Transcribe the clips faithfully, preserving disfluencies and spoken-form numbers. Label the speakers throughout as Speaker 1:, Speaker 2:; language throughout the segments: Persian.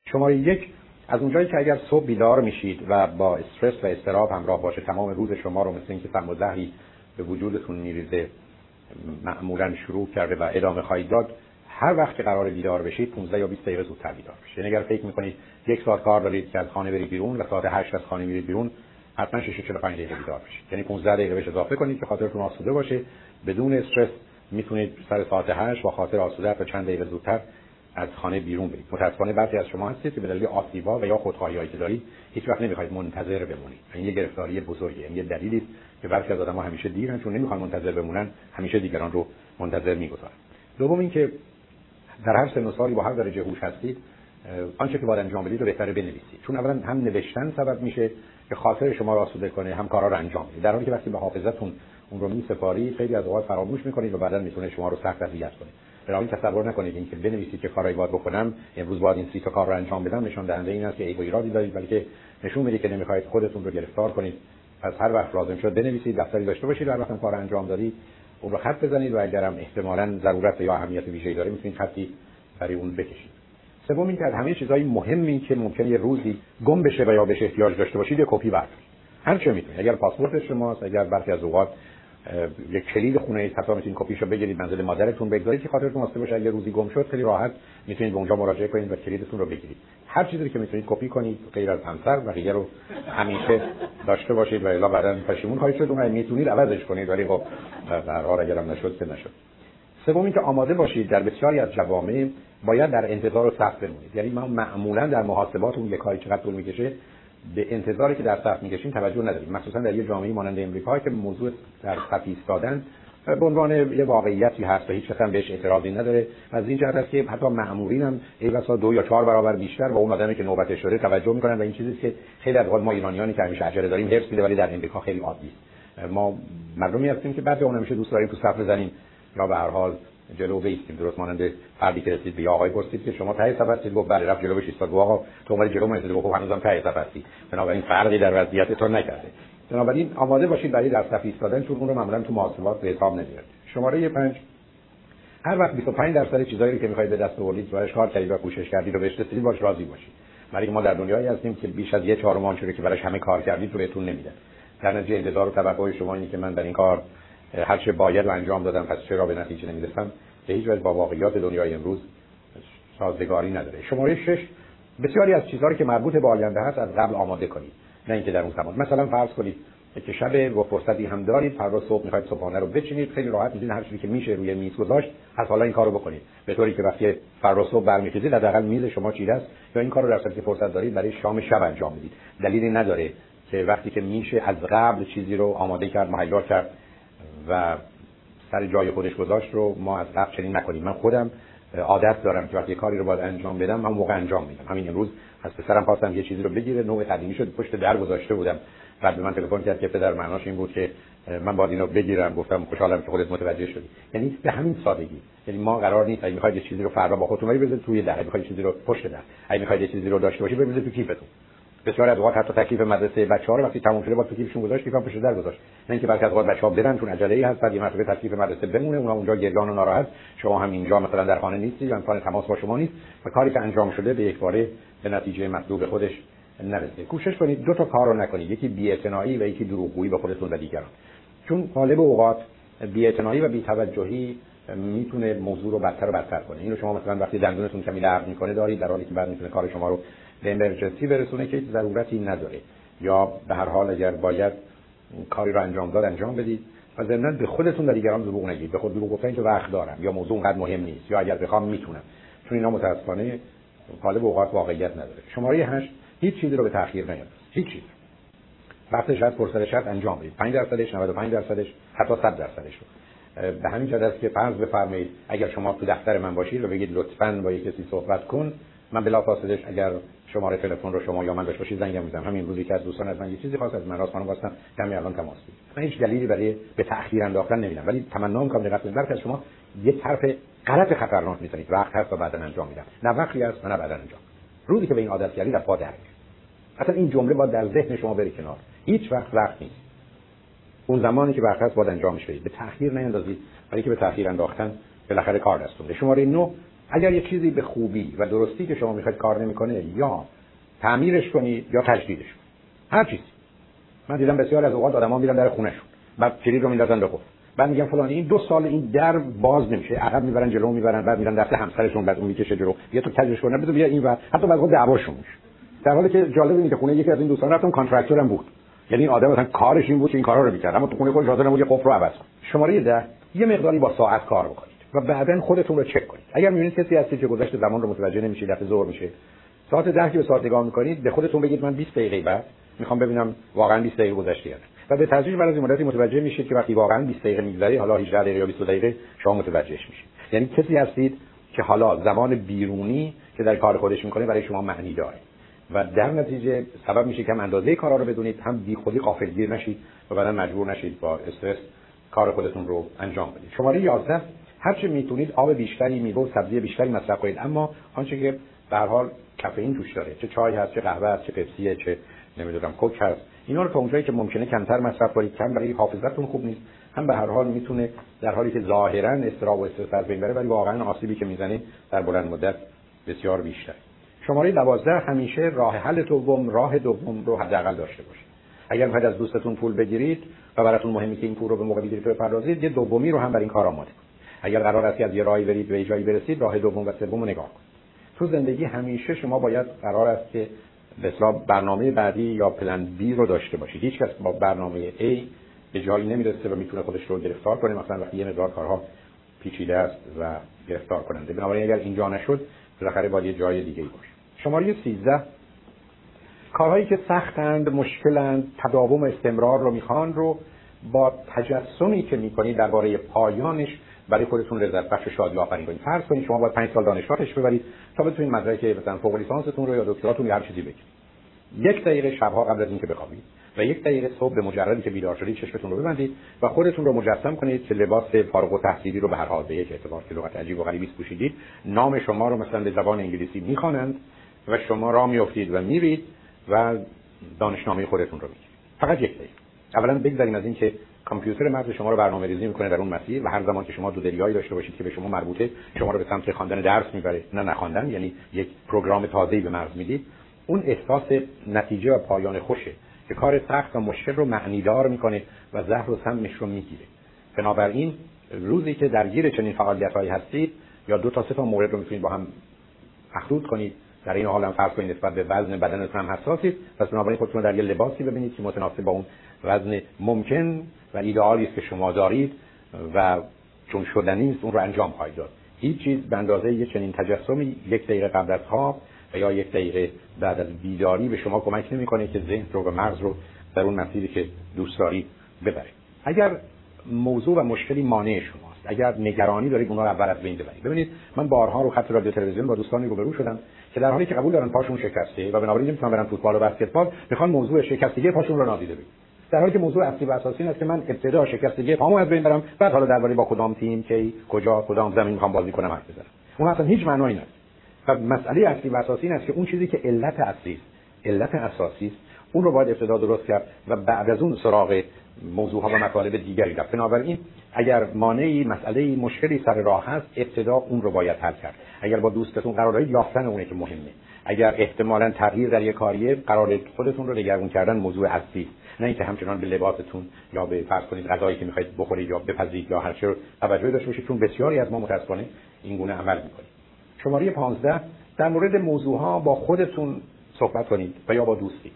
Speaker 1: شماره یک، از اونجایی که اگر صبح بیدار میشید و با استرس و اضطراب همراه باشه، تمام روز شما رو مثل اینکه سم و زهری به وجودتون میریزه معمولا شروع کرده و ادامه خواهید داد، هر وقت که قرار بیدار بشید پانزده یا بیست دقیقه زودتر بیدار بشید. یعنی اگر فکر میکنید یک ساعت کار دارید که از خانه برید بیرون و ساعت هشت از خانه میرید بیرون، حتما شش و چهل و پنج دقیقه بیدار بشید. یعنی پانزده دقیقه بهش اضافه کنید که خاطرتون آسوده باشه. بدون استرس میتونید سر ساعت هشت با خاطر آسوده تا چند دقیقه زودتر از خانه بیرون برید. متأسفانه بعضی از شما هستید که به دلیل آسیب‌ها و یا خودخواهی‌هایی که دارید هیچ وقت نمی‌خواید منتظر بمونید. این یه گرفتاری بزرگه. این یه دلیلی است که برخی از آدم‌ها همیشه دیرن، چون نمی‌خوان منتظر بمونن، همیشه دیگران رو منتظر می‌گذارن. دوم اینکه در هر سن و سالی با هر درجه هوش هستید، آنچه که باید انجام بدید رو بهتره بنویسید. چون اولا هم نوشتن سبب میشه که خاطر شما را آسوده کنه، هم کارا رو انجام بدید. در حالی که وقتی به حافظتون اون رو می‌سپارید، خیلی از اوقات فراموش می‌کنید و بعداً میتونه شما رو سخت اذیت کنه. برای تصور نکنید اینکه بنویسید که کارایی باید بکنم، امروز باید این سی تا کار رو انجام بدم، نشون دهنده این است که ایگو ایرادی دارید، بلکه نشون میده که نمیخواید خودتون رو گرفتار کنید. از هر وقت لازم شد بنویسید، دفتری داشته باشید، هر وقت کار انجام دادید اون رو خط بزنید و اگرم احتمالاً ضرورت یا اهمیت ویژه‌ای داره میتونید خطی برای اون بکشید. سوم اینکه از همه چیزهای مهمی که ممکنه یه روزی گم بشه و یا بهش احتیاج داشته باشید، یه کپی بردارید. هر چه میتونید. اگر پاسپورت شماست، اگر برخی از اوقات یک کلید خونه ای، حتی میتونید کپیشو بگیرید منزل مادرتون بگذارید که خاطرتون واسه باشه اگه روزی گم شد خیلی راحت میتونید به اونجا مراجعه کنید و کلیدتون رو بگیرید. هر چیزی که میتونید کپی کنید غیر از همسر و دیگه رو همیشه داشته باشید و الا بعداً پشیمون خواهید شد. اون میتونید عوضش کنید، ولی خب در هر اگرم نشد که نشد. سوم اینکه آماده باشید. در بسیاری از جوامع باید در انتظار و صف بمونید. یعنی ما معمولا در محاسبات اون یک کاری چقدر طول میکشه به انتظاری که در صف میکشیم توجه نداریم، مخصوصا در یه جامعه مانند امریکا که موضوع در صف ایستادن به عنوان یه واقعیتی هست و هیچ کس هم بهش اعتراضی نداره. از این جهت است که حتی مأمورین هم ایوسا دو یا چهار برابر بیشتر با اون آدمی که نوبتش شده توجه میکنن و این چیزی که خیلی از وقت ما ایرانیانی که همیشه عجله داریم حرص میده، ولی در امریکا خیلی عادی است. ما مردمی هستیم که بعضی اون همیشه دوست داریم تو صف بزنیم یا به هر حال جلو بیستیم، درست مانند فردی که رسید به آقای پرسید که شما ته صف هستید، گفت بله، رفت جلو بهش ایستاد، گفت آقا تو اومدی جلو من، گفت هنوزم ته صف هستی، بنابراین فرقی در وضعیتتون نکرده. بنابراین آماده باشید برای در صف ایستادن، چون اون رو معمولا تو محاسبات به حساب نمیارید. شماره پنج، هر وقت بیست و پنج درصد چیزایی رو که می‌خواید به دست آورید روش کار کردید و کوشش کردید رو بهش رسیدید، باش راضی باشید. ولی ما در دنیایی هستیم که بیش از یک چهارم آنچه که براش همه کار کردید رو بهتون نمیدن. در نتیجه انتظار و توقع شما اینه که من در این کار هر چه باید رو انجام دادم، پس چرا به نتیجه نمیرسم؟ به هیچ وجه با واقعیات دنیای امروز سازگاری نداره. شماره شش، بسیاری از چیزهایی که مربوط به آینده هست از قبل آماده کنید، نه اینکه در اون زمان. مثلا فرض کنید که شب و فرصتی هم دارید، فردا صبح میخواید صبحانه رو بچینید، خیلی راحت میتونید هر چیزی که میشه روی میز گذاشت از حالا این کارو بکنید، به طوری که وقتی فردا صبح برمیخیزید حداقل میز شما چیده است، یا این کارو در صورتی که فرصت دارید برای شام شب انجام بدید. دلیلی نداره که وقتی که میشه از قبل چیزی رو آماده کرد، مهیا کرد و سر جای خودش گذاشت رو ما از قبل چنین نکنیم. من خودم عادت دارم که وقتی کاری رو باید انجام بدم من موقع انجام میدم. همین امروز از پسرم خواستم یه چیزی رو بگیره، نوع قدیمی شد، پشت در گذاشته بودم، بعد به من تلفن کرد که پدر معناش این بود که من باید اینو بگیرم. گفتم خوشحالم که خودت متوجه شدی. یعنی به همین سادگی. یعنی ما قرار نیست اگه میخواید یه چیزی رو فردا با خودتون بذارید توی در، میخواید چیزی رو پشت در، اگه میخواید یه چیزی رو داشته باشید بذارید تو کیفتون. بسیار از اوقات حتی تکلیف مدرسه بچه‌ها رو وقتی تموم شده با تو کیفشون گذاشت، کیفم پشت در گذاشت، نه اینکه بلکه از اوقات بچه‌ها برن چون عجله‌ای هست، بعد یه مرتبه تکلیف مدرسه بمونه، اونها اونجا گریان و ناراحت، شما هم اینجا مثلا در خانه نیستید، امکان تماس با شما نیست و کاری که انجام شده به یک باره به نتیجه مطلوب خودش نرسه. کوشش کنید دو تا کار رو نکنید، یکی بی‌اعتنایی و یکی دروغگویی به خودتون و دیگران، چون غالب اوقات بی‌اعتنایی و بی‌توجهی میتونه موضوع رو بدتر و بدتر کنه. اینو شما مثلا وقتی دندونتون کمی درد میکنه دارید، در حالی که بعد میتونه کار شما رو به امرجنسی برسونه که هیچ ضرورتی نداره، یا به هر حال اگر باید کاری رو انجام داد انجام بدید و ضمن به خودتون و دیگران دروغ نگید. به خود دروغ گفتن که وقت دارم یا موضوع اونقدر مهم نیست یا اگر بخوام میتونم، چون اینا متاسفانه غالب اوقات واقعیت نداره. شماره هشت، هیچ چیزی رو به تأخیر نیندازید. هیچ چیز وقتش هست، فرصتش هست، انجام بدید. پنج درصدش، نود و پنج درصدش، حتی صد درصدش رو. به همین جهت است که فرض بفرمایید اگر شما تو دفتر من باشید و بگید لطفاً با یک کسی صحبت کن، من بلافاصله اگر شماره تلفن رو شما یا من داشته باشید زنگ میزنم. همین روزی که از دوستان از من یه چیزی خواست، از من راست خانم واسطم همین الان تماس بگیرید. من هیچ دلیلی برای به تأخیر انداختن نمیدم، ولی تمنا میکنم دقت کنید. برخی از شما یک حرف غلط خطرناک میزنید، وقت هست و بعدا انجام میدم، نه وقتی هست و نه بعدا انجام. روزی که به این عادت کردید از پا درک، اصلا این جمله باید در ذهن شما بره کنار. هیچ وقت وقت نیست، اون زمانی که وقت هست باید انجامش بدید. به تأخیر نیندازید، ولی که به تأخیر انداختن بالاخره کار دستونه. شماره نه، اگر یک چیزی به خوبی و درستی که شما میخواید کار نمیکنه، یا تعمیرش کنید یا تجدیدش کنید. هر چیزی. من دیدم بسیار از اوقات آدما میرن در خونهشون، بعد کلید رو میندازن به قفل، بعد میگن فلان این دو سال این در باز نمیشه، عقب میبرن جلو میبرن، بعد میرن دست همسرشون، بعد اون میکشه جلو، بیا تو کجش کنه، بذار بیا این و حتی بعد خود دعواشون میشه. در حالی که جالب اینه که خونه یکی از این دوستان رفتم کانترکتور هم بود، یعنی این آدم مثلا کارش این بود که این کارا رو میکرد، اما تو خونه خودش حاضر نبود یه قفل رو عوض کنه. شماره ده، یه مقداری با ساعت کار بکنید و بعداً خودتون رو چک کنید. اگر میبینید کسی هستی که گذشت زمان رو متوجه نمیشه، دفعه ظهر میشه، ساعت ده که به ساعت نگاه میکنید، به خودتون بگید من بیست دقیقه بعد میخوام ببینم واقعا بیست دقیقه گذشته یا نه. و به تدریج بعد از این مدتی متوجه میشید که وقتی واقعا بیست دقیقه میگذره، حالا هجده دقیقه یا بیست دقیقه، شما متوجهش میشید. یعنی کسی هستید که حالا زمان بیرونی که در کار خودش میکنه برای شما معنی داره و در نتیجه سبب میشه که هم اندازه کارا رو بدونید، هم بی خودی غافلگیر نشید و بعداً مجبور نشید با استرس کار خودتون رو انجام بدید. شماره یازده، هر چه میتونید آب بیشتری، میوه و سبزی بیشتری مصرف کنید، اما آنچه که به هر حال کافئین توش داره، چه چای هست، چه قهوه هست، چه پپسیه، چه نمیدونم کوک هست، اینا رو تا اونجایی که ممکنه کمتر مصرف کنید. کم برای حافظتون خوب نیست، هم به هر حال میتونه در حالی که ظاهرا اضطراب و استرس از بین بره، ولی واقعا آسیبی که میزنه در بلند مدت بسیار بیشتر. شماره دوازده، همیشه راه حل دوم، راه دوم رو حداقل داشته باشید. اگر میخواید از دوستتون پول بگیرید و براتون مهمه که این پول رو به موقع بگیرید و بپردازید، یه دومی رو هم برای این کار آماده کنید. اگر قرار است از یه راهی برید به جایی برسید، راه دوم و سوم رو نگاه کنید. تو زندگی همیشه شما باید قرار است که به اصطلاح برنامه بعدی یا پلن بی رو داشته باشید. هیچ کس با برنامه A به جایی نمیرسه و میتونه خودش رو گرفتار کنه، مثلا وقتی یه مقدار کارها پیچیده است و گرفتار کننده. بنابراین اگر اینجا نشد، بالاخره باید یه جای دیگه ای باشه. شماره سیزده، کارهایی که سختند، مشکلند، تداوم استمرار رو میخوان رو با تجسمی که میکنید درباره پایانش برای خودتون لذت بخش و شادی آفرین کنید. فرض کنید شما باید پنج سال دانشگاه پیش ببرید تا بتونید مدرک مثلا فوق لیسانستون رو یا دکتراتون یا هر چیزی بگیرید. یک دقیقه شبها قبل از اینکه بخوابید و یک دقیقه صبح به مجردی که بیدار شدید چشمتون رو ببندید و خودتون رو مجسم کنید که لباس فارغ التحصیلی رو به هر حال به یک اعتبار که لغت عجیب و غریبی پوشیدید، نام شما رو مثلا به زبان انگلیسی میخوانند و شما راه میافتید و میرید و دانشنامه خودتون رو میگیرید. فقط یک دقیقه. اولا بگذاریم از این که کامپیوتر مغز شما رو برنامه‌ریزی میکنه در اون مسیر و هر زمان که شما دو دریایی داشته باشید که به شما مربوطه، شما رو به سمت خواندن درس میبره، نه نخواندن، یعنی یک پروگرام تازه‌ای به مغز میدید. اون احساس نتیجه و پایان خوشه که کار سخت و مشکل رو معنیدار میکنه و زهر و سمش رو میگیره. بنابراین روزی که درگیر چنین فعالیت‌هایی هستید یا دو تا سه تا مورد رو میتونید با هم مخلوط کنید، در این حال هم فرض کنید نسبت به وزن بدنتون هم حساسید، پس بنابراین خودتون در یه لباسی ببینید که متناسب با اون وزن ممکن و ایدئالی است که شما دارید و چون شدنی است اون رو انجام خواهید داد. هیچ چیز به اندازه یه چنین تجسمی یک دقیقه قبل از خواب و یا یک دقیقه بعد از بیداری به شما کمک نمی‌کنه که ذهن رو و مغز رو در اون مسیری که دوست دارید ببرید. اگر موضوع و مشکلی مانع شماست، اگر نگرانی دارید، اونها رو اول از بین ببرید. ببینید من بارها رو خط رادیو تلویزیون با دوستانی روبرو شدم که در حالی که قبول دارن پاشون شکسته و بنابراین نمیتونن برن فوتبال و بسکتبال، میخوان موضوع شکستگی پاشون رو نادیده بگیرن، در حالی که موضوع اصلی و اساسی این است که من ابتدا شکستگی پامو از بین برم، بعد حالا درباره با کدام تیم، کی، کجا، کدام زمین میخوام بازی کنم حرف بزنم. اون اصلا هیچ معنایی نداره. و مسئله اصلی و اساسی این است که اون چیزی که علت اصلی است، علت اساسی است، اون رو باید ابتدا درست کرد و بعد از اون سراغ موضوعها و مطالب دیگری رفت. بنابراین اگر مانعی، مسئله‌ای، مشکلی سر راه هست، ابتدا اون رو باید حل کرد. اگر با دوستتون قرار دارید، یافتن اونه که مهمه. اگر احتمالاً تغییر در یک کاریه، قرار خودتون رو نگران کردن موضوع اصلی، نه اینکه همچنان به لباستون یا به فرض کنید غذایی که می‌خواید بخورید یا بپزید یا هر چی رو توجه داشته باشید، چون بسیاری از ما متأسفانه این گونه عمل می‌کنیم. شماره پانزده، در مورد موضوعها با خودتون صحبت کنید و یا با دوستی.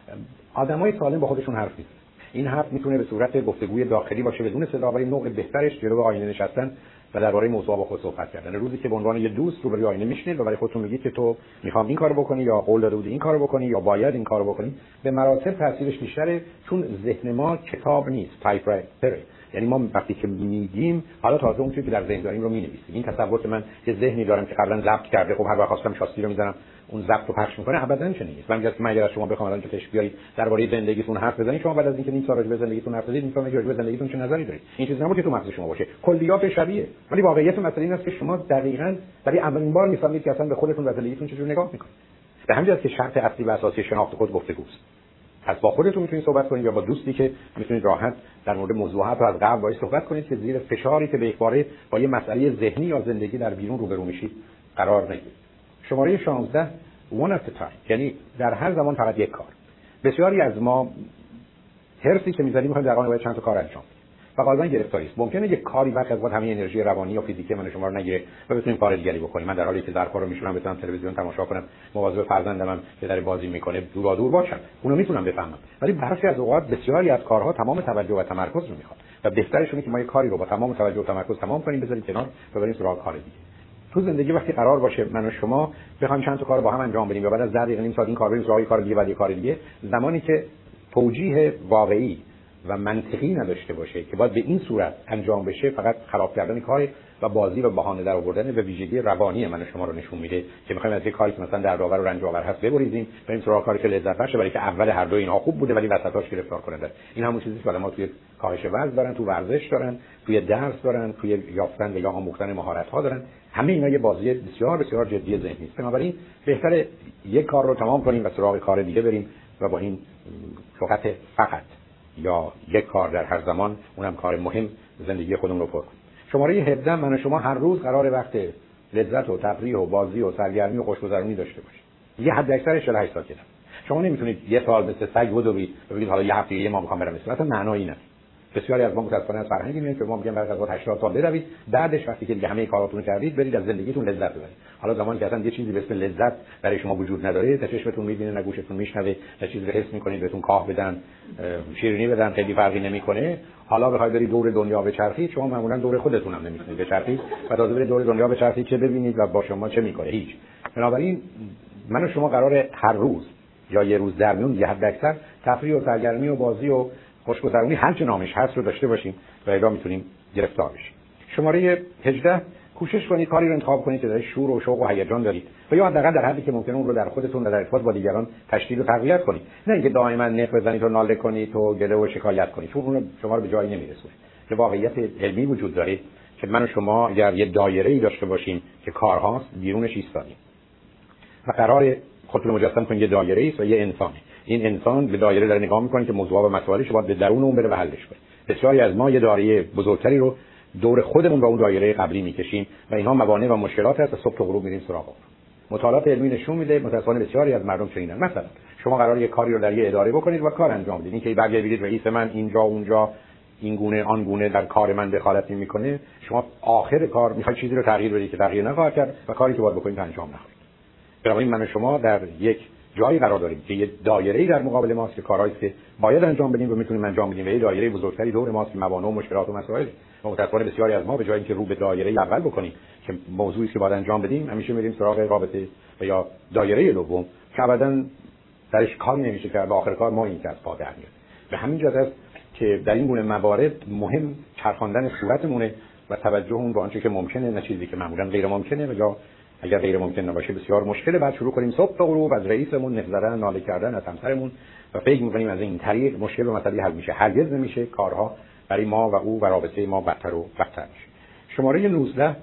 Speaker 1: آدمای سالم با خودشون حرف میزنن. این حرف میتونه به صورت گفتگوی داخلی باشه بدون صدا، ولی نوع بهترش جلوی آینه نشستن و درباره موضوع با خود صحبت کردن. روزی که به عنوان یه دوست روبروی آینه میشینید و برای خودتون میگید که تو میخوام این کارو بکنی یا قول داده بودی این کارو بکنی یا باید این کارو بکنی، به مراتب تاثیرش بیشتره، چون ذهن ما کتاب نیست، تایپ رایتره. یعنی ما وقتی که میگیم، حالا تازه اون چیزی که در ذهن داریم رو مینویسیم. این تصور من یه ذهنی دارم که قبلا ضبط کرده، خب هر وقت خواستم شاسی رو میزنم اون ضبط رو پخش میکنه. ابدا چنین نیست. من میگم من اگر از شما بخوام الان که تشخیص بیارید درباره زندگیتون حرف بزنید، شما بعد از اینکه نیم سال راجع به زندگیتون حرف زدید، میفهمید راجع به زندگیتون چه نظری دارید. این چیز نباید که تو مغز شما باشه، کلیات شبیه، ولی واقعیت مسئله این است که شما دقیقاً برای اولین بار میفهمید که اصلا به خودتون و زندگیتون چجوری نگاه میکنید. به همین جهت که شرط اصلی و اساسی شناخت خود گفتگوست. از با خودتون میتونید صحبت کنید یا با دوستی که میتونید راحت در مورد موضوعات رو از قبل باهاش صحبت کنید که زیر فشاری که به یک باره با یه مسئله ذهنی یا زندگی در بیرون روبرو میشید قرار نگیرید. شماره شانزده one at a time، یعنی در هر زمان فقط یک کار. بسیاری از ما هرسی که می‌زنیم می‌خوایم در واقع باید چند تا کار انجام بدیم و غالبا گرفتاری است. ممکنه یک کاری وقت از وقت همه انرژی روانی یا فیزیکی من شما رو نگیره و بتونیم کار دیگری بکنیم. من در حالی که ظرفا رو میشورم بتونم تلویزیون تماشا کنم، مواظب فرزندمم که داره بازی میکنه دور دور باشم، اونو میتونم بفهمم. ولی برخی از اوقات بسیاری از کارها تمام توجه و تمرکز رو میخواد و بهترش اینه که ما یک کاری رو با تمام توجه و تمرکز تمام کنیم، بذاریم کنار و بریم سراغ کار دیگه. تو زندگی وقتی قرار باشه من و شما بخوایم چند تا کار با هم انجام بدیم و بعد از ده دقیقه نیم ساعت این کار بریم سراغ کار دیگه و دیگه کار دیگه، زمانی که توجیه واقعی و منطقی نداشته باشه که باید به این صورت انجام بشه، فقط خراب کردن کار و بازی و بهانه در آوردن به ویژگی روانی من و شما رو نشون میده که میخوایم از یک کاری که مثلا دردآور و رنج آور هست ببریزیم بریم سراغ کاری که لذت بخشه، برای که اول هر دو اینها خوب بوده ولی وسطاش گرفتار کننده. این همون چیزی که ما توی کاهش وزن دارن، تو ورزش دارن، توی درس دارن، توی یافتن و یا آموختن مهارت ها دارن. همه اینا یه بازی بسیار بسیار جدی ذهنی است. بنابراین بهتره یک کار رو تمام کنیم و سراغ کار دیگه بریم و با این فقط فقط یا یک کار در هر زمان، اونم کار مهم، زندگی خودمون رو پر کنیم. شماره هفده من و شما هر روز قرار وقت لذت و تفریح و بازی و سرگرمی و خوشگذرونی داشته باشیم. یه حد اکثر چهل و هشت ساعت. شما نمیتونید یه سال مثل سگ بدوید و بگید حالا یه هفته یه ماه میخوام برم اصلا، اصلا معنایی نداره. بسیاری از ما متأسفانه از فرهنگی میاد که ما میگیم بعد از هشتاد سال بروید، بعدش وقتی که دیگه همه کاراتون رو کردید برید از زندگیتون لذت ببرید. حالا زمانی که اصلا یه چیزی به اسم لذت برای شما وجود نداره، تا چشمتون میبینه نه گوشتون میشنوه، تا چیزی رو حس میکنید بهتون کاه بدن شیرینی بدن خیلی فرقی نمیکنه، حالا بخواید برید دور دنیا بچرخید، شما معمولا دور خودتون هم نمیتونید بچرخید و تازه برید دور دنیا بچرخید چه ببینید و با شما چه میکنه؟ هیچ. بنابراین من و شما قراره هر روز یا یه روز در میون یه حد اکثر تفریح و سرگرمی و بازی و خوشگذرونی هر چه نامش هست رو داشته باشیم و الا میتونیم گرفتار بشیم. شماره هجده کوشش کنید کاری رو انتخاب کنید که در شور و شوق و هیجان دارید و یا حداقل در حدی که ممکنه اون رو در خودتون و در ارتباط با دیگران تشدید و تقویت کنید، نه اینکه دائما نق بزنید و ناله کنید و گله و شکایت کنید، چون اون شما رو به جایی نمیرسونه. که واقعیت علمی وجود داره که من و شما اگر یه دایره‌ای داشته باشیم که کارهاست بیرونش ایستادیم و قرار خودتون رو مجسم کنید یه دایره‌ای است و یه انسانه، این انسان به دایره داره نگاه می‌کنه که موضوعات و مسائلش باید به درون اون بره و حلش کنه. بسیاری از ما یه دایره بزرگتری رو دور خودمون با اون دایره قبلی می‌کشیم و اینها موانع و مشکلات هست و صبح تا غروب میریم سراغ اون. مطالعات علمی نشون میده متأسفانه بسیاری از مردم چنینن. مثلا شما قراره یه کاری رو در یه اداره بکنید و کار انجام بدید، اینکه برگردید رئیس من اینجا اونجا این گونه آن گونه در کار من دخالت نمی‌کنه، شما آخر کار می‌خواید چیزی رو تغییر بدید که تغییر نخواهد کرد و کاری که باید بکنید انجام نخواهید. بنابراین من و شما در یک جایی قرار داریم که یه دایره‌ای در مقابل ماست که کارهایی که باید انجام بدیم و میتونیم انجام بدیم و یه دایره بزرگتری دور ماست که موانع و مشکلات و مسائل. و متأسفانه بسیاری از ما به جای اینکه رو به دایره اول بکنیم که موضوعی که باید انجام بدیم، همیشه میریم سراغ رابطه و یا دایره دوم که ابداً درش کاری نمیشه کرد و آخر کار ما این که از پا در میاد. به همین جهت است که در این گونه موارد مهم چرخاندن صورتمونه و توجه اون به آنچه که ممکنه نه چیزی که معمولاً غیر ممکنه و یا اگر غیر ممکن نباشه بسیار مشکله. بعد شروع کنیم صبح تا غروب از رئیسمون نظرن ناله کردن از همسرمون و فکر می‌کنیم از این طریق مشکل و مسئله حل میشه. هرگز نمیشه. کارها برای ما و او و رابطه ما بدتر و بدتر میشه. شماره نوزده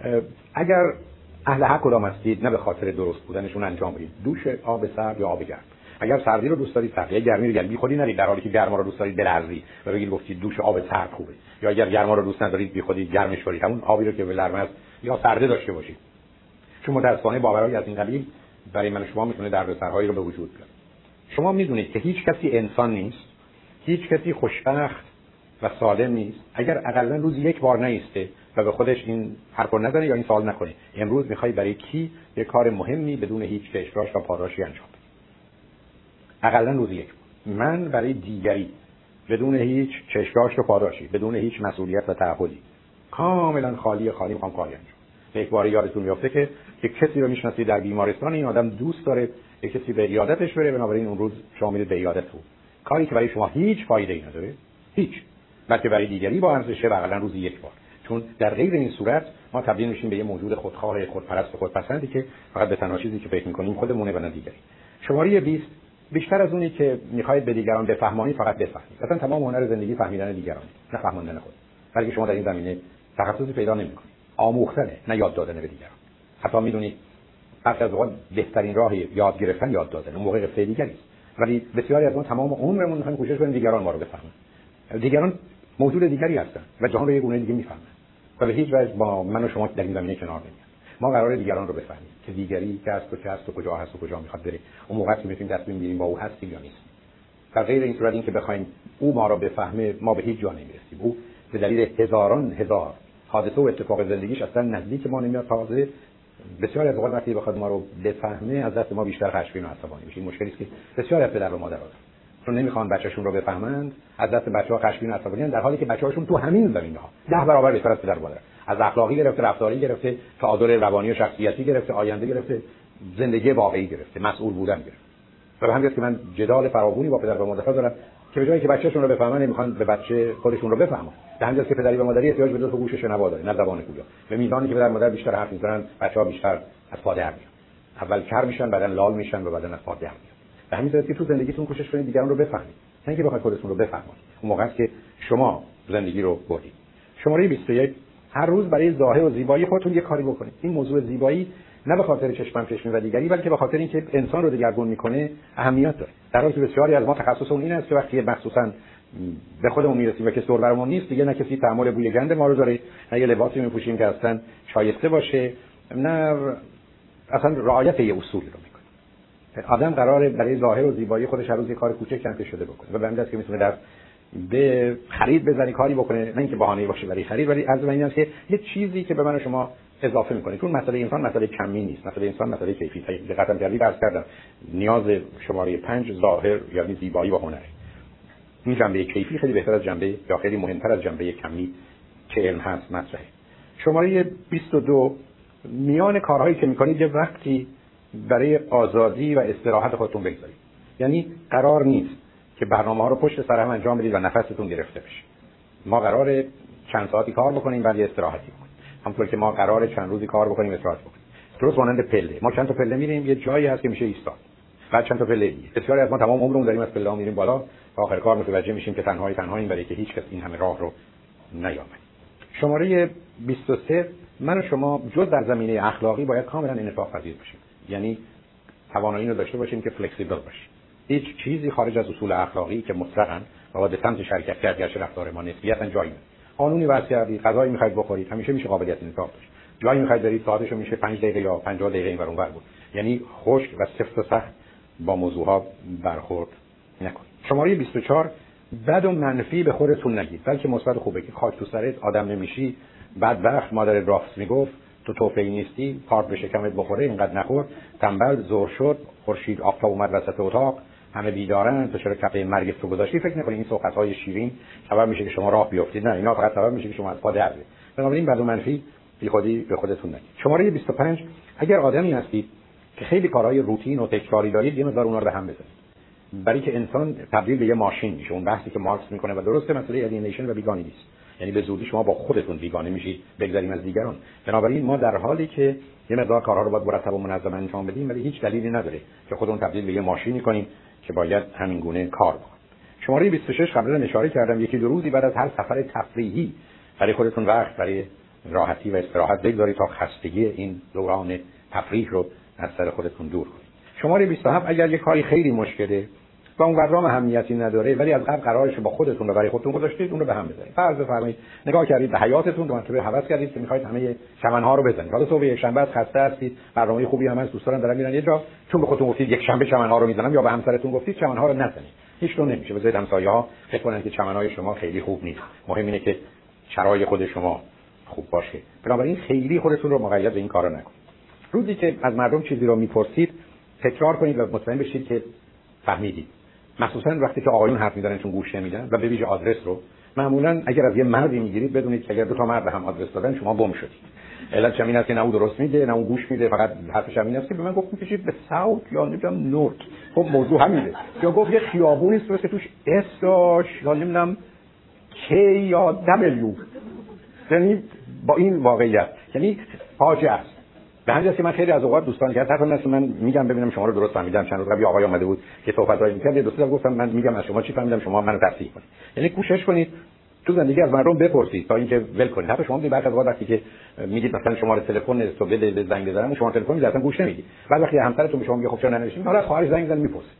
Speaker 1: اگر اهل حق کدام هستید نه به خاطر درست بودنشون انجام بدید. دوش آب سرد یا آب گرم. اگر سردی رو دوست دارید سردی، اگر گرمی رو گرمی خودی نرید، در حالی که گرما رو دوست دارید بلرزید و بگید گفتید دوش آب سرد خوبه، یا اگر گرما رو دوست ندارید بی خودی گرمش کنید، همون آبی رو که بلرزه است یا سرده داشته باشید. چون متأسفانه باورهای از این قبیل برای من شما میتونه دردسرهایی رو به وجود بیاره. شما میدونید که هیچ کسی انسان نیست، هیچ کسی خوشبخت و سالم نیست اگر حداقل روزی یک بار نیسته و به خودش این حرف رو نزنه یا این سوال نکنه امروز میخوای برای کی یه کار مهمی بدون هیچ کشراش و پاداشی انجام بدی. حداقل روزی یک بار. من برای دیگری بدون هیچ چشم‌داشت و پاداشی، بدون هیچ مسئولیت و تعهدی، کاملا خالی خالی میخوام کاری انجام. یک بار یادتون میافته که یک کسی رو میشناسید در بیمارستان، این آدم دوست داره یک کسی به عیادتش بره، بنابراین اون روز شما میرید به عیادت او. کاری که برای شما هیچ فایده‌ای نداره، هیچ، بلکه برای دیگری با ارزشه حداقل روزی یک بار. چون در غیر این صورت ما تبدیل میشیم به یه موجود خودخواه، خودپرست و خودپسندی که فقط به تنها چیزی که فکر می‌کنیم خودمونه و نه دیگری. شماره بیست بیشتر از اونی که می‌خواید به دیگران بفهمانی فقط بفهمید. اصلا تمام هنر زندگی فهمیدن دیگران، نه فهموندن خود. بلکه شما در این زمینه تخصصی پیدا نمی‌کنید. آموختنه، نه یاد دادن به دیگران. حتی می‌دونید حتی از اوقات بهترین راه یاد گرفتن یاد دادن، اون موقع قصه دیگری است. ولی بسیاری از ما تمام عمرمون می‌خوایم کوشش کنیم دیگران ما رو بفهمن. دیگران موجود دیگری هستن و جهان رو یه گونه دیگه می‌فهمن. و به هیچ وجه با من و شما در این زمینه کنار نمیان. ما قراره دیگران رو بفهمیم که دیگری که است و که است و کجا هست و کجا میخواد بره. اون موقع که میتونیم تصمیم بگیریم با او هستیم یا نیست. در غیر این صورت این که بخوایم او ما رو بفهمه، ما به هیچ جا نمیرسیم. او به دلیل هزاران هزار حادثه و اتفاق زندگیش اصلا نزدیک ما نمیاد. تازه بسیار از اوقات وقتی بخواد ما رو بفهمه از دست ما بیشتر خشمگین و عصبانی میشه. این مشکلی است که بسیار از پدر و مادرها چون نمیخوان بچه‌شون رو بفهمند، از دست بچه‌ها خشمگین و عصبانی، در حالی که بچه‌هاشون تو همین زمینه‌ها ده برابر بهتر از پدر و مادر، از اخلاقی گرفته، رفتاری گرفته، تعادل روانی و شخصیتی گرفته، آینده گرفته، زندگی واقعی گرفته، مسئول بودن گرفته. و همین که من جدال فراوانی با پدر و مادرها دارم که به جایی که بچه‌شون رو بفهمن نمیخوان به بچه خودشون رو بفهمن. در همین که پدری و مادری احتیاج به دو تا گوش شنوا داره، نه زبان گویا. به میزانی که پدر و مادر بیشتر حرف میزنن، بچه‌ها بیشتر از پا در میان. اول کر میشن، بعدن لال میشن و بعدن از پا در میان. به همین جهت که تو زندگیتون کوشش کنید دیگران رو بفهمید، نه اینکه بخواید خودتون رو بفهمید. اون موقع است که شما زندگی رو بردید. شماره بیست و یک، هر روز برای ظاهر و زیبایی خودتون یه کاری بکنید. این موضوع زیبایی نه به خاطر چشمم چشمی و دیگری، بلکه به خاطر اینکه انسان رو دگرگون میکنه اهمیت داره. در حالی که بسیاری از ما تخصص اون این است که وقتی مخصوصا به خودمون میرسیم و که سر برمون نیست، دیگه نه کسی تحمل بوی گند ما رو داره، نه یه لباسی میپوشیم که اصلا شایسته باشه، نه اصلا رعایت یه اصول رو میکنه. آدم قراره برای ظاهر و زیبایی خودش هر روز یه کار کوچک کم شده بکنه و به همین دست که میتونه در به خرید بزنی کاری بکنه، نه اینکه بهانه‌ای باشه برای خرید، ولی از این است که یه چیزی که به من و شما اضافه میکنه. چون مسئله انسان مسئله کمی نیست، مسئله انسان مسئله کیفی. دقت کردید عرض کردم نیاز شماره پنج ظاهر یعنی زیبایی و هنره. این جنبه کیفی خیلی بهتر از جنبه یا خیلی مهمتر از جنبه کمی که علم هست مطرحه. شماره بیست و دو، میان کارهایی که میکنید یه وقتی برای آزادی و استراحت خودتون بگذارید. یعنی قرار نیست که برنامه‌ها رو پشت سر هم انجام بدید و نفستون گرفته بشه. ما قراره چند ساعتی کار بکنیم بعد استراحتی بکنیم. همونطور که ما قراره چند روزی کار بکنیم استراحت بکنیم. درست مانند پله. ما چند تا پله میریم، یه جایی هست که میشه ایستاد. بعد چند تا پله دیگه. بسیاری از ما تمام عمرمون داریم از پله‌ها میریم بالا تا آخر کار متوجه میشیم که تنهایی تنهاییم برای که هیچ کس این همه راه رو نیامد. شماره بیست و سه، من و شما جز در زمینه اخلاقی باید کاملا انعطاف پذیر باشیم. یعنی توانایی رو داشته باشیم که فلکسیبل باشیم. هیچ چیزی خارج از اصول اخلاقی که مطلقاً و به سمت شرکت کرد گرچه رفتار ما نسبیاً جایی نیست. قانونی وضع کردید، غذایی می‌خواید بخورید، همیشه میشه قابلیت انعطاف داشت. جایی می‌خواید برید، ساعتش میشه پنج دقیقه یا پنجاه دقیقه اینور اونور بود. یعنی خشک و سفت و سخت با موضوعها برخورد نکنید. شماره بیست و چهار، بد و منفی به خودتون نگید، بلکه مثبت خوبه که خاک تو سرت آدم نمیشی، بدبخت مادر راست میگفت، تو توفی نیستی، کارت به شکمت بخوره، اینقدر نخور، تنبل، زور شد، خورشید آفتاب اومد وسط اتاق، همه بیدارن، تو چرا کفه مرگ تو گذاشتی؟ فکر نکنید این صحبت‌های شیرین سبب میشه که شما راه بیافتید. نه، اینا فقط سبب میشه که شما از پا در بیاید. بنابراین بد و منفی بی خودی به خودتون نگید. شماره بیست و پنج، اگر آدمی هستید که خیلی کارهای روتین و تکراری دارید، یه مقدار اونها رو به هم بزنید. برای که انسان تبدیل به یه ماشین میشه. اون بحثی که مارکس میکنه و درسته، مسئله الینیشن و بیگانگی نیست. یعنی به زودی شما با خودتون بیگانه میشید، بگذاریم از دیگران. بنابراین ما در حالی که یه مقدار کارها رو باید مرتب و منظم انجام بدیم، ولی هیچ دلیلی نداره که خودمون تبدیل به یه ماشینی کنیم که باید همین گونه کار بکنیم. شماره بیست و شش، قبلا اشاره کردم یکی دو روزی بعد از هر سفر تفریحی برای خودتون وقت برای راحتی و استراحت بگذارید تا خستگی این دوران تفریح رو از سر خودتون دور کنید. شماره بیست و هفت، اگر یه کاری خیلی مشکله و اون برنامه اهمیتی نداره ولی از قبل قرارش با خودتون رو برای خودتون گذاشتید، اون رو به هم بزنید. فرض بفرمایید نگاه کردید به حیاتتون، دو مرتبه هوس کردید که می‌خواید همه چمن‌ها رو بزنید. حالا صبح یک شنبه خسته هستید، برنامه خوبی هم هست، دوستان دارن میرن یه جا، چون به خودتون گفتید یک شنبه چمن‌ها رو میزنم، یا به همسرتون گفتید چمن‌ها رو نزنید. هیچ طور نمیشه. بذارید همسایه‌ها فکر کنن که چمن‌های شما خیلی خوب نیست. مهم اینه که شرایط خود شما خوب باشه. بنابراین خیلی خودتون رو مقید به این کارا نکنید. روزی که از مردم چیزی رو میپرسید، تکرار کنید و مطمئن بشید که فهمیدید. مخصوصا وقتی که آقایون حرف میزنن چون گوش نمیدن و به ویژه آدرس رو معمولا اگر از یه مردی میگیرید بدونید که اگر دو تا مرد هم آدرس دادن شما گم شدید. علت همین است که نه اون درست میگه نه اون گوش میده، فقط حرفش همین است که به من گفت میکشید به ساوت یا نمیدونم نورت. خب موضوع همینه. یا گفت یه خیابونی است که توش اس داش یا نمیدونم کی یا دبلیو. یعنی با این واقعیت یعنی فاجعه است. به همین است که من خیلی از اوقات دوستان که حرف من من میگم ببینم شما رو درست فهمیدم. چند روز قبل آقای اومده بود که صحبتایی می‌کرد، یه دوستم گفتم من میگم از شما چی فهمیدم، شما منو تصحیح کنید. یعنی کوشش کنید تو زندگی از مردم بپرسید تا اینکه ول کنید. حتی شما بعد از وقتی که میگید مثلا شماره تلفن تو بده زنگ بزنم، شما تلفن میزنن گوش نمیدید. بعد وقتی همسرتون به شما میگه خب چرا ننوشتید، حالا خواهرش زنگ میزنه میپرسه.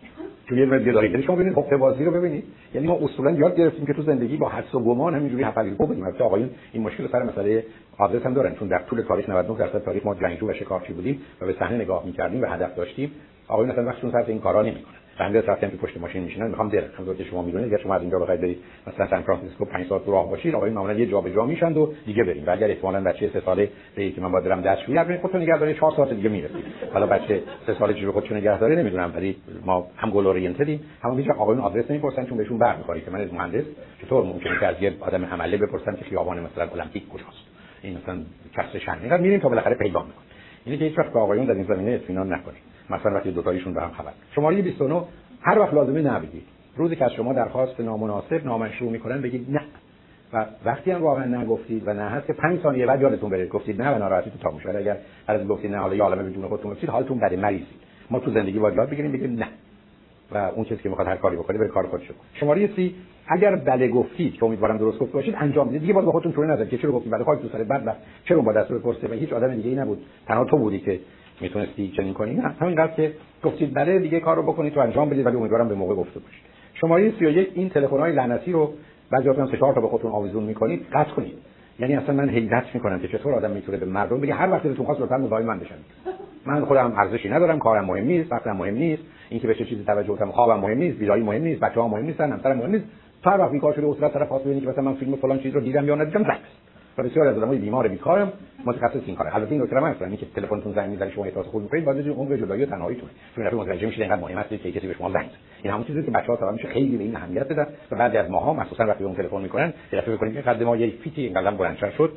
Speaker 1: توی مدل دارید. شما ببینید حقوق بازی رو ببینید. یعنی ما اصولا یاد گرفتیم که تو زندگی با حدس و گمان همینجوری حفظی کو بدیم. البته آقایون این مشکل سر مسئله آدرس هم دارن، چون در طول تاریخ نود و نه درصد تاریخ ما جنگجو و شکارچی بودیم و به صحنه نگاه می‌کردیم و هدف داشتیم. آقایون اصلا وقتشون سر این کارا نمی‌کنن. بنده رفتم که پشت ماشین میشینن میخوام برم. همونطور که شما میدونید اگر شما از اینجا بخواید برید مثلا سان فرانسیسکو پنج ساعت راه باشید، آقایون معمولا یه جابجا میشن و دیگه بریم. و اگر احتمالاً بچه سه ساله به که من باید برم دستشویی، البته خودتون نگه دارید چهار ساعت دیگه میرسید. حالا بچه سه ساله چه به خودشون نگه داره نمیدونم، ولی ما هم گل اورینتدیم. همون هیچ آقایون آدرس نمیپرسن چون بهشون برمیخوره که من از مهندس چطور ممکنه که از یه آدم عمله بپرسم که خیابان مثلا المپیک کجاست. این مثلا کسر شن اینقدر میریم تا بالاخره پیدا میکنیم. اینه که هیچ وقت آقایون در این زمینه اطمینان نکنید. مثلا وقتی دو تایشون به هم خبر. شماره بیست و نه هر وقت لازمه نبگید. روزی که از شما درخواست نامناسب نامشروع میکنن بگید نه. و وقتی هم واقعا نگفتید و نه هست که پنج ثانیه بعد یادتون بره گفتید نه و ناراحتی تو تموم شد. اگر هر از گفتید نه حالا یا عالمه بدون خودتون گفتید حالتون بده مریضید. ما تو زندگی باید یاد بگیریم بگیم نه. و اون چیزی که میخواد هر کاری بکنه بره کار خودشو. شماره سی اگر بله گفتید که امیدوارم درست گفته باشید انجام بدید. دیگه باز با خودتون طوری نذارید که چرا گفتید بله خاک تو سر بعد چرا با دستور پرسه و هیچ آدم دیگه‌ای نبود. تنها تو بودی که میتونستی چنین کنی. نه همینقدر که گفتید بله دیگه کارو بکنید تو انجام بدید، ولی امیدوارم به موقع گفته باشید. شماره سی و یک این تلفن‌های لعنتی رو بعضی وقتا سه چهار تا به خودتون آویزون میکنید قطع کنید. یعنی اصلا من حیرت میکنم که چطور آدم میتونه به مردم بگه هر وقت دلتون خواست لطفا مزاحم من بشن. من خودم ارزشی ندارم، کارم مهم نیست، وقتم مهم نیست، اینکه به چه چیزی توجه کنم، خوابم مهم نیست، بیداری مهم نیست، بچه‌ها مهم نیستن، همسرم مهم نیست. هر وقت بیکار شده اصلا طرف خاص ببینید که مثلا من فیلم فلان چیز رو دیدم یا ندیدم زنگ. و بسیار از آدمای بیمار بیکارم متخصص این کاره. البته این نکته من میگم که تلفنتون زنگ میزنه شما احساس خوب میکنید باید عمر جدایی و تنهاییتون. چون رفیق متوجه میشید اینقدر مهم است که کسی به شما زنگ. این همون چیزی که بچه‌ها طبعا میشه خیلی به این اهمیت بدن و بعضی از ماها مخصوصا وقتی اون تلفن میکنن رفیق میکنید که قد ما یه فیتی اینقدر بلندتر شد.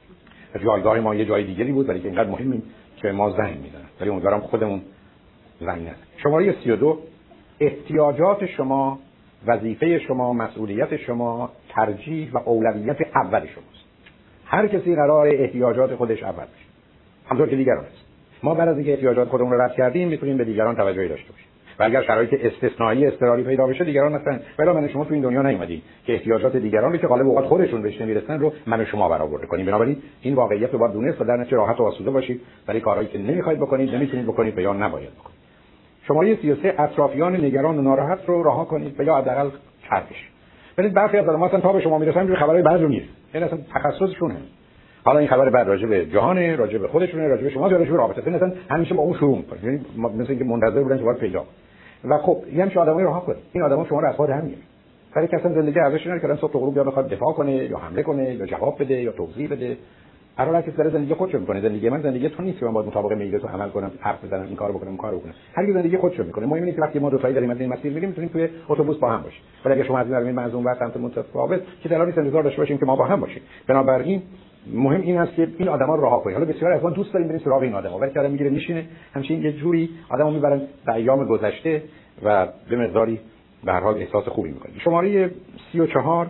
Speaker 1: جایگاه ما یه جای دیگری بود ولی که اینقدر مهمیم که ما زنگ میزنن. ولی امیدوارم خودمون زنگ نزنیم. شماره سی و دو احتیاجات شما، وظیفه شما، مسئولیت شما، ترجیح و اولویت اول شماست. هر کسی قراره احتیاجات خودش اول بشه. همونطور که دیگران است. ما بعد از اینکه احتیاجات خودمون رو رد کردیم میتونیم به دیگران توجهی داشته باشیم. و اگر شرایط استثنایی اضطراری پیدا بشه دیگران مثلا ولی من شما تو این دنیا نیومدید که احتیاجات دیگران رو که غالب اوقات خودشون بهش نمیرسن رو من و شما برآورده کنیم. بنابراین این واقعیت رو باید دونست و در نتیجه راحت و آسوده باشید برای کارهایی که نمیخواید بکنید، نمیتونید بکنید و یا نباید بکنید. شماره سی و سه اطرافیان نگران و ناراحت رو رها کنید و یا حداقل چربش. ببینید برخی از آدم‌ها اصلا تا به شما میرسن خبرای بعد رو میره. این اصلا تخصصشونه. حالا این خبر بعد راجع به جهان، راجع به خودشونه، راجع به شما، راجع به رابطه، مثلا همیشه با اون شروع می‌کنه. یعنی مثلا اینکه منتظر بودن که باید پیدا. و خب این هم آدمای رها کنه. این آدما شما رو از خود هم میاره. برای کسی اصلا زندگی ارزش نداره که صبح تا غروب یا بخواد دفاع کنه یا حمله کنه یا جواب بده یا توضیح بده. هر وقت که زندگی خودشو می‌کنه، زندگی من زندگی تو نیست که من باید مطابق میل تو عمل کنم، حرف بزنم، این کارو بکنم، اون کارو بکنم. هر کی زندگی خودشو می‌کنه. مهم اینه که وقتی ما دو تایی داریم از این مسیر میریم میتونیم توی اتوبوس با هم باشیم. ولی اگه شما از این منظوم و سمت متفاوت که دلالی انتظار داشته باشیم که ما با هم باشیم. بنابراین مهم این است که این آدما رو رها کنید. حالا بسیار از ما دوست داریم بریم سراغ این آدما، ولی که آدم میگیره میشینه همچین یه جوری آدمو میبرن به ایام گذشته و به مقداری به هر حال احساس خوبی می‌کنید. شماره سی و چهار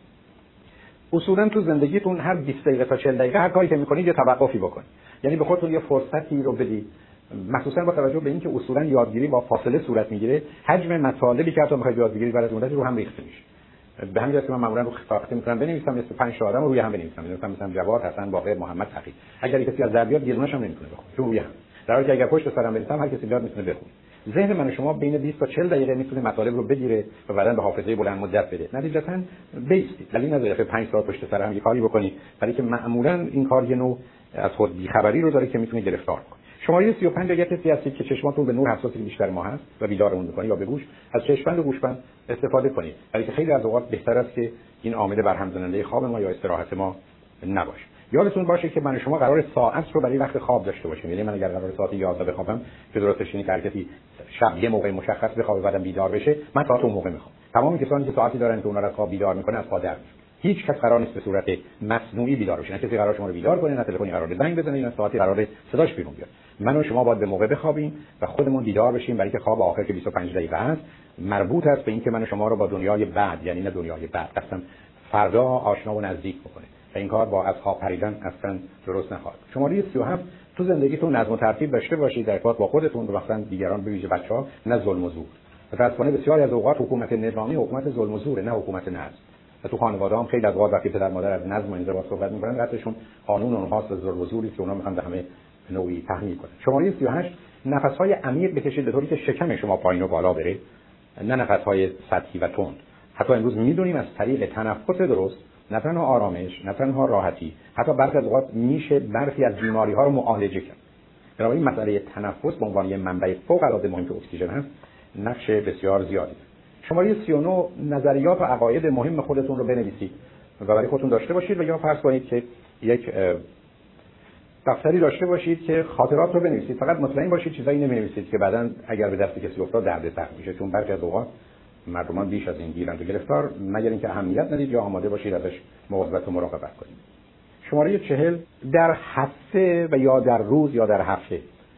Speaker 1: اصولا تو زندگیتون هر بیست دقیقه تا چهل دقیقه هر کاری که می‌کنید یه توقفی بکنید. یعنی به خودتون یه فرصتی رو بدید. مخصوصا با توجه به اینکه اصولا یادگیری با فاصله صورت میگیره، حجم مطالبی که حتی می‌خواید یاد بگیرید برای مدتی رو هم ریخته میشه. به همین جهت که من معمولا رو خطاطی می‌کنم بنویسم مثل پنج تا آدم روی هم بنویسم. مثلا مثلا جواد، حسن، باقر، محمد، تقی. اگر کسی از دربیات گیرونش هم نمی‌تونه بخونه. چون روی هم. در حالی که اگر پشت سرم بنویسم هر کسی بیاد می‌تونه بخونه. ذهن من و شما بین بیست تا چهل دقیقه میتونه مطالب رو بگیره و بعداً به حافظه بلند مدت بده. نتیجتاً بیستید. دلیل نداره که پنج ساعت پشت سر هم یه کاری بکنید، برای که معمولاً این کار یه نوع از خود بی‌خبری رو داره که میتونه گرفتار کنه. شماره سی و پنج اگر کسی هستید که چشماتون به نور حساسی بیشتر ما هست و بیدارمون می‌کنه یا به گوش، از چشم‌بند و گوشبند استفاده کنید. برای که خیلی از اوقات بهتر است که این عامل برهم زننده خواب ما یا استراحت ما نباشه. یادتون باشه که من شما قرار ساعت رو برای وقت خواب داشته باشیم. یعنی من اگر قرار ساعت یازده بخوابم که درستش اینه که هر کسی شب یه موقع مشخص بخوابه بعدم بیدار بشه، من ساعت اون موقع میخوام. تمام کسانی که ساعتی دارن که اونها رو از خواب بیدار میکنه از خواب در هیچ کس قرار نیست به صورت مصنوعی بیدار بشه. نه کسی قرار شما رو بیدار کنه، نه تلفنی قرار زنگ بزنه، نه ساعتی قرار صداش بیرون بیاد. من و شما باید به موقع بخوابیم و خودمون بیدار بشیم، برای که خواب آخر که بیست و پنج دقیقه است مربوط است به اینکه من و شما رو با دنیای بعد، یعنی نه دنیای بعد، قسم فردا آشنا و نزدیک بکنه. و این کار با از خواب پریدن اصلا درست نخواهد. شماره سی و هفت تو زندگیتون نظم و ترتیب داشته باشید در ارتباط با خودتون و مثلا دیگران، به ویژه بچه‌ها، نه ظلم و زور. متأسفانه بسیاری از اوقات حکومت نظامی حکومت ظلم و زوره، نه حکومت نظم. و تو خانواده هم خیلی از اوقات وقتی پدر مادر از نظم و انضباط صحبت می‌کنن، قصدشون قانون اونهاست و ظلم و زوری که اونا می‌خوان به همه نوعی تحمیل کنن. شماره سی و هشت نفس‌های عمیق بکشید به طوری که شکم شما پایین و بالا بره نه نفس‌های سطحی و تند. حتی امروز می‌دونیم از طریق تنفس درست نه تنها آرامش، نه تنها راحتی، حتی برخی از اوقات میشه برخی از بیماری‌ها رو معالجه کرد. بنابراین مسئله تنفس به عنوان یک منبع فوق‌العاده مهم که اکسیژن هست، نقش بسیار زیادی داره. شماره سی و نه نظریات و عقاید مهم خودتون رو بنویسید و برای خودتون داشته باشید و یا فرض کنید که یک دفتری داشته باشید که خاطرات رو بنویسید. فقط مطمئن باشید چیزایی نمی‌نویسید که بعداً اگر به دست کسی افتاد دردسر میشه، چون برخی از اوقات مردمان بیش از این گیرند و گرفتار، مگر اینکه اهمیت ندید یا آماده باشید ازش مواظبت و مراقبت کنید. شماره چهل در هفته و یا در روز یا در هفته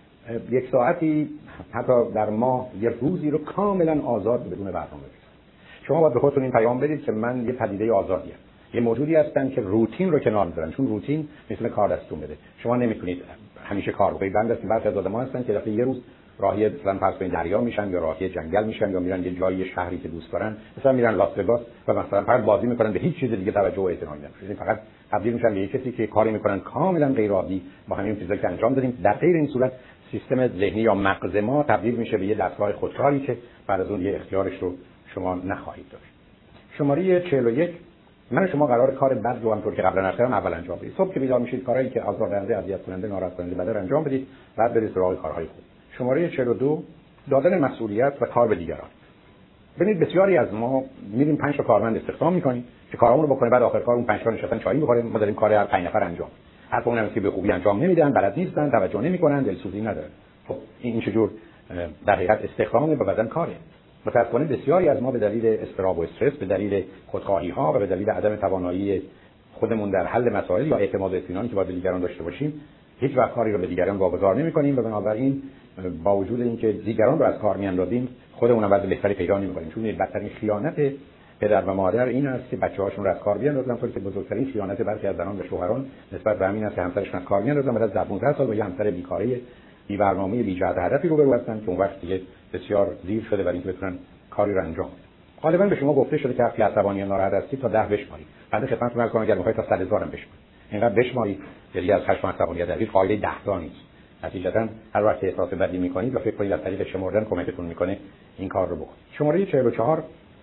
Speaker 1: یک ساعتی، حتی در ماه یک روزی رو کاملا آزاد بدون برنامه بذارید. شما باید به خودتون این پیام بدید که من یه پدیده آزادیم، یه موجودی هستم که روتین رو کنار میذارم، چون روتین مثل کار دستتون بده. شما نمیتونید همیشه کار بکنید. بنده است بعضی از آدم‌ها هستن که دفعه یه روز راهی مثلا فرض کنید دریا میشن یا راهی جنگل میشن یا میرن یه جایی شهری که دوست دارن، مثلا میرن لاس وگاس و مثلا فقط بازی میکنن، به هیچ چیز دیگه توجه و اعتنا نمیکنن. یعنی فقط تبدیل میشن به یک کسی که کاری میکنن کاملا غیر عادی با همین چیزایی که انجام دادیم. در غیر این صورت سیستم ذهنی یا مغز ما تبدیل میشه به یه دستگاه خودکاری که بعد از اون یه اختیارش رو شما نخواهید داشت. شماره چهل و یک من شما قرار کار بد رو همونطور که قبلا گفتم اول انجام بدید. صبح که بیدار میشید کارهایی که آزاردهنده، اذیت کننده، ناراحت کننده بدر انجام بدید، بعد برید سراغ کارهای خوب. شماره چهل و دو دادن مسئولیت و کار به دیگران. ببینید بسیاری از ما میریم پنج تا کارمند استخدام میکنیم که کارامون رو بکنه، بعد آخر کار اون پنج تا نشستن چایی بخوره، ما داریم کار هر پنج نفر انجام. حتی اونم که به خوبی انجام نمیدن، بلد نیستن، توجه نمیکنن، دلسوزی ندارن. خب این چجور در حقیقت استخدامه و بعدن کاره. متأسفانه بسیاری از ما به دلیل اضطراب و استرس، به دلیل خودخواهی‌ها و به دلیل عدم توانایی خودمون در حل مسائل یا اعتماد و اطمینانی که باید به دیگران داشته باشیم، هیچ وقت کاری رو به دیگران واگذار نمی‌کنیم و بنابراین با وجود اینکه دیگران رو از کار می‌اندازیم، خودمون هم وضع بهتری پیدا نمی‌کنیم. چون بدترین خیانت پدر و مادر این است که بچه‌هاشون رو از کار بیاندازن، طوری که بزرگترین خیانت برخی از زنان به شوهران نسبت به همین است که همسرشون از کار می‌اندازن، بعد از پانزده سال با یه همسر بیکاره بی برنامه بی جهت هدفی رو برو هستن که اون وقت دیگه بسیار دیر شده برای اینکه بتونن کاری رو انجام بدن. غالبا به شما گفته شده که وقتی عصبانی یا ناراحت هستید تا ده بشمارید. بعد خدمتتون عرض کنم اگر می‌خواید تا صد هزار هم بشمارید. اینقدر بشمارید یعنی از خشم و عصبانیت در قاعده ده تا نیست. نتیجتاً هر وقت احساس بدی می‌کنید و فکر کنید از طریق شمردن کمکتون می‌کنه این کار رو بکنید. شماره چهل و چهار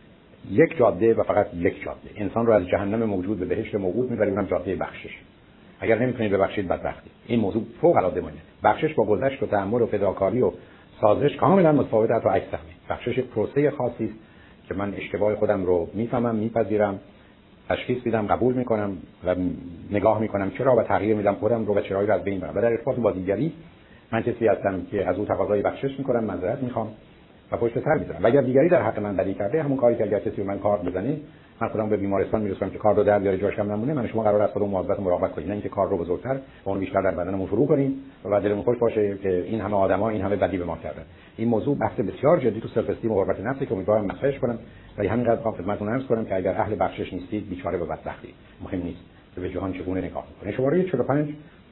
Speaker 1: یک جاده و فقط یک جاده. انسان رو از جهنم موجود به بهشت موعود می‌بره، اونم جاده بخشش. اگر نمی‌تونید ببخشید بدبختی. این موضوع فوق‌العاده مهمه. بخشش با گذشت و تحمل و فداکاری و سازش کاملا متفاوته تا عکس همین. بخشش پروسه خاصی است که من اشتباه خودم رو میفهمم، میپذیرم، تشخیص میدم، قبول میکنم و نگاه میکنم چرا و تغییر میدم خودم رو و چرایی رو از بین میبرم. و در ارتباط با دیگری من کسی هستم که از او تقاضای بخشش میکنم، معذرت میخوام و پشت سر میذارم. و اگر دیگری در حق من بدی کرده، همون کاری که اگر کسی من کار بزنه، من خودم به بیمارستان میرسونم که کار رو در بیاره جاش کم نمونه، من شما قرار است خودمون مواظبت و مراقبت کنیم، نه اینکه کار رو بزرگتر و اون بیشتر در بدنمون فرو کنیم و بعد دلمون خوش باشه که این همه آدما این همه بدی به ما کردن. این موضوع بحث بسیار جدی تو سلف استیم و حرمت نفسی که امیدوارم مطرحش کنم و همینقدر خواهم خدمتتون عرض کنم که اگر اهل بخشش نیستید بیچاره به بدبختی مهم نیست که به جهان چگونه نگاه می‌کنید. شماره چهل و پنج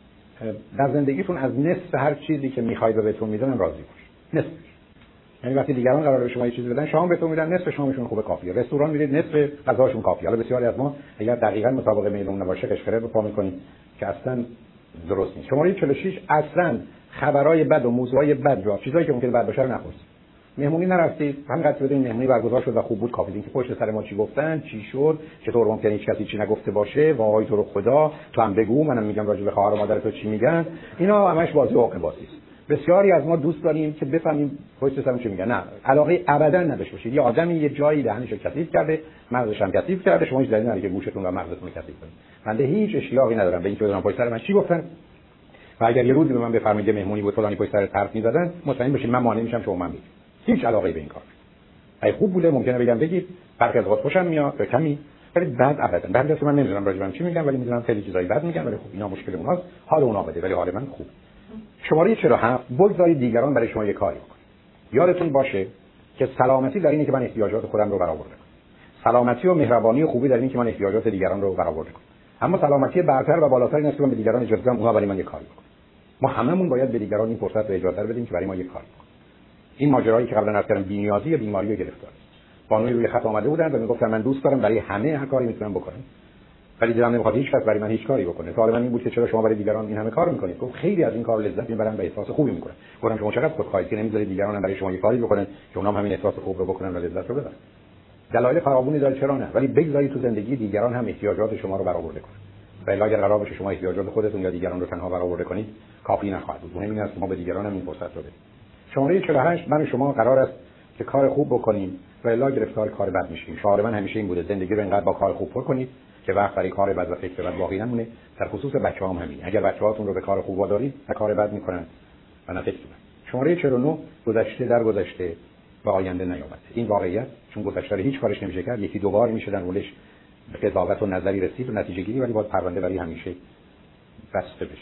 Speaker 1: در زندگیتون از نصف هر چیزی که می‌خواید و بهتون میدن راضی باشید. نصف. یعنی وقتی دیگران قراره به شما یه چیزی بدن، شما بهتون میدن نصف شامشون خوبه کافیه. رستوران میرید نصف غذاشون کافیه. حالا بسیاری از ما اگر دقیقاً مطابق میلمون نباشه قشقره رو پا می‌کنیم که اصلاً درست نیست. شماره چهل و شش اصلاً خبرای بد و موضوعای بد رو، چیزایی که ممکنه بد باشه رو نخورید. مهمونی نرفتید، همینقدر بدونید مهمونی برگزار شد و خوب بود کافیه. اینکه پشت سر ما چی گفتن، چی شد، چطور ممکنه هیچ کسی چی نگفته باشه، وای تو رو خدا، تو هم بگو، منم میگم راجع به خواهر و مادر تو چی میگن، اینا همش بازی و عقباسی است. بسیاری از ما دوست داریم که بفهمیم پشت سرمون چی میگن. نه، علاقه ابدا نداشته باشید. یه آدمی یه جایی دهنشو کثیف کرده، مغزش هم کثیف کرده، شما هیچ دلیلی نداره که گوشتون و مغزتون کثیف کنید. من هیچ اشتیاقی ندارم به اینکه بدونم پشت سر من چی گفتن. و اگر یه روزی به من بفرمایید مهمونی بود فلانی پشت سر حرف می‌زدن، مطمئن باشید من مانع میشم شما من بگید. هیچ علاقه‌ای به این کار. اگه خوب بوده ممکنه بگم بگید، برخی از وقت خوشم میاد به کمی، ولی بعد ابدا. بعد از من نمی‌دونم راجع به چی میگم، ولی می‌دونم خیلی چیزایی بد میگم، ولی خب اینا مشکل اوناست. حال اونا بده ولی حال من خوب. شماره چهل و هفت بگذارید دیگران برای شما یه کاری بکنن. یادتون باشه که سلامتی در اینه که من احتیاجات خودم رو برآورده کنم. سلامتی و مهربانی و خوبی در اینه که من احتیاجات دیگران رو برآورده کنم. اما سلامتی برتر و بالاتر این است که من به دیگران اجازه بدم اونها برای من یه کاری بکنن. ما هممون باید به دیگران این فرصت و اجازه بدیم که برای ما یه کاری بکنن. این ماجرایی که قبلا گفتم بی‌نیازی یا بیماری گرفتار. بانوی روی خط آمده بودن و میگفتن من دوست دارم برای همه هر کاری میتونم بکنم. ولی دلم نمیخواد هیچ کس برای من هیچ کاری بکنه. سوال من این بود که چرا شما برای دیگران این همه کار میکنید؟ گفت خیلی از این کار لذت میبرن و احساس خوبی میکنن. گفتم شما چقدر خودخواهید که نمیذارید دیگران هم برای شما یه کاری بکنن که اونها هم همین احساس خوب رو بکنن و لذت رو ببرن. دلایل فراوانی داره چرا نه، ولی بگذارید تو زندگی دیگران هم احتیاجات شما رو برآورده کنن. و اگر قرار باشه شما احتیاجات خودتون یا دیگران رو تنها برآورده کنید، کافی نخواهد بود. مهم این است که ما به دیگران هم این فرصت رو بدیم. شماره چهل و هشت من شما قرار است که کار خوب بکنیم و الا گرفتار کار بد میشیم. شعار من همیشه این بوده زندگی رو اینقدر با کار خوب پر کنید که وقت برای کار بد و فکر بد باقی نمونه. در خصوص بچه‌هام هم همین. اگر بچه‌هاتون رو به کار خوب وادارید، نه کار بد میکنن و نه فکر بد. شماره چهل و نه گذشته در گذشته و آینده نیامده. این واقعیت چون گذشته رو هیچ کارش نمیشه کرد، یکی دو بار میشه در موردش به قضاوت و نظری رسید و نتیجه گیری، ولی باید پرونده برای همیشه بسته بشه.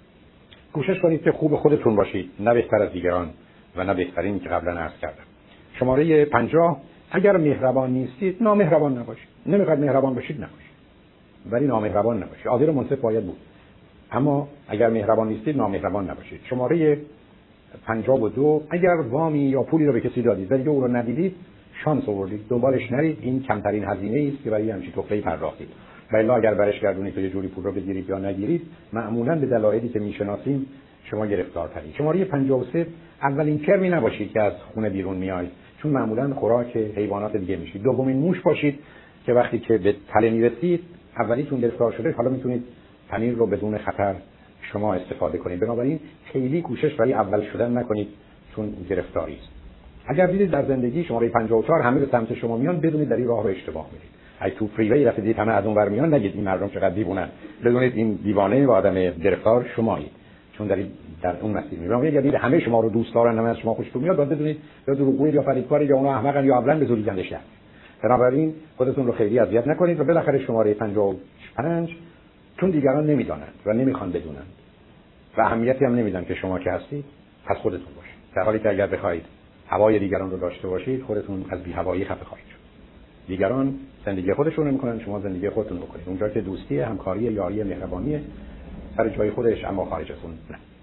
Speaker 1: کوشش کنید که خوب خودتون باشید، نه بهتر از دیگران و نه بهترین که قبلا عرض کردم. شماره پنجاه اگر مهربان نیستید نامهربان نباشید. نمیخواد مهربان باشید نباشید، ولی نامهربان نباشید. عادل و منصف باید بود، اما اگر مهربان نیستید نامهربان نباشید. شماره پنجاه و دو اگر وامی یا پولی رو به کسی دادید ولی او رو ندیدید شانس آوردید، دنبالش نرید. این کمترین هزینه است که برای همچین تحفه‌ای پرداختید. ولی اگر برش گردونید تو یه جوری پول رو بگیرید یا نگیرید، معمولاً به دلایلی که میشناسیم شما گرفتارترید. شماره پنجاه و سه اولین کرمی نباشید که از خونه بیرون میایید، چون معمولاً خوراک حیوانات دیگه میشید. دومین موش باشید که وقتی که به تله میرسید اولیتون گرفتار شده، حالا میتونید پنیر رو بدون خطر شما استفاده کنید. بنابراین خیلی کوشش برای اول شدن نکنید چون گرفتاری است. اگر دیدید در زندگی شماره پنجاه و چهار همه به سمت شما میان، بدونید در این راه رو اشتباه میرید. اگه تو فریوی رفتید همه از اون ور میان، نگید این مردم چقدر دیوونن. بدونید این دیوانه و آدم گرفتار شمایید، چون در در اون مسیر میرید. اگر دیدید همه شما رو دوست دارن، همه از شما خوشتون میاد، باید بدونید یا دروغگویید یا فریبکارید یا اونها احمقن یا عملاً به زوری گندش هست. بنابراین خودتون رو خیلی اذیت نکنید و بالاخره شماره پنجاه و پنج چون دیگران نمیدونند و نمیخوان بدونن و اهمیتی هم نمیدن که شما که هستید، پس خودتون باشید. در حالی که اگر بخواید هوای دیگران رو داشته باشید، خودتون از بی هوایی خفه خواهید شد. دیگران زندگی خودشون رو میکنن، شما زندگی خودتون رو بکنید. اونجا که دوستی، همکاری، یاری، مهربانی سر جای خودش، اما خارج از اون نه.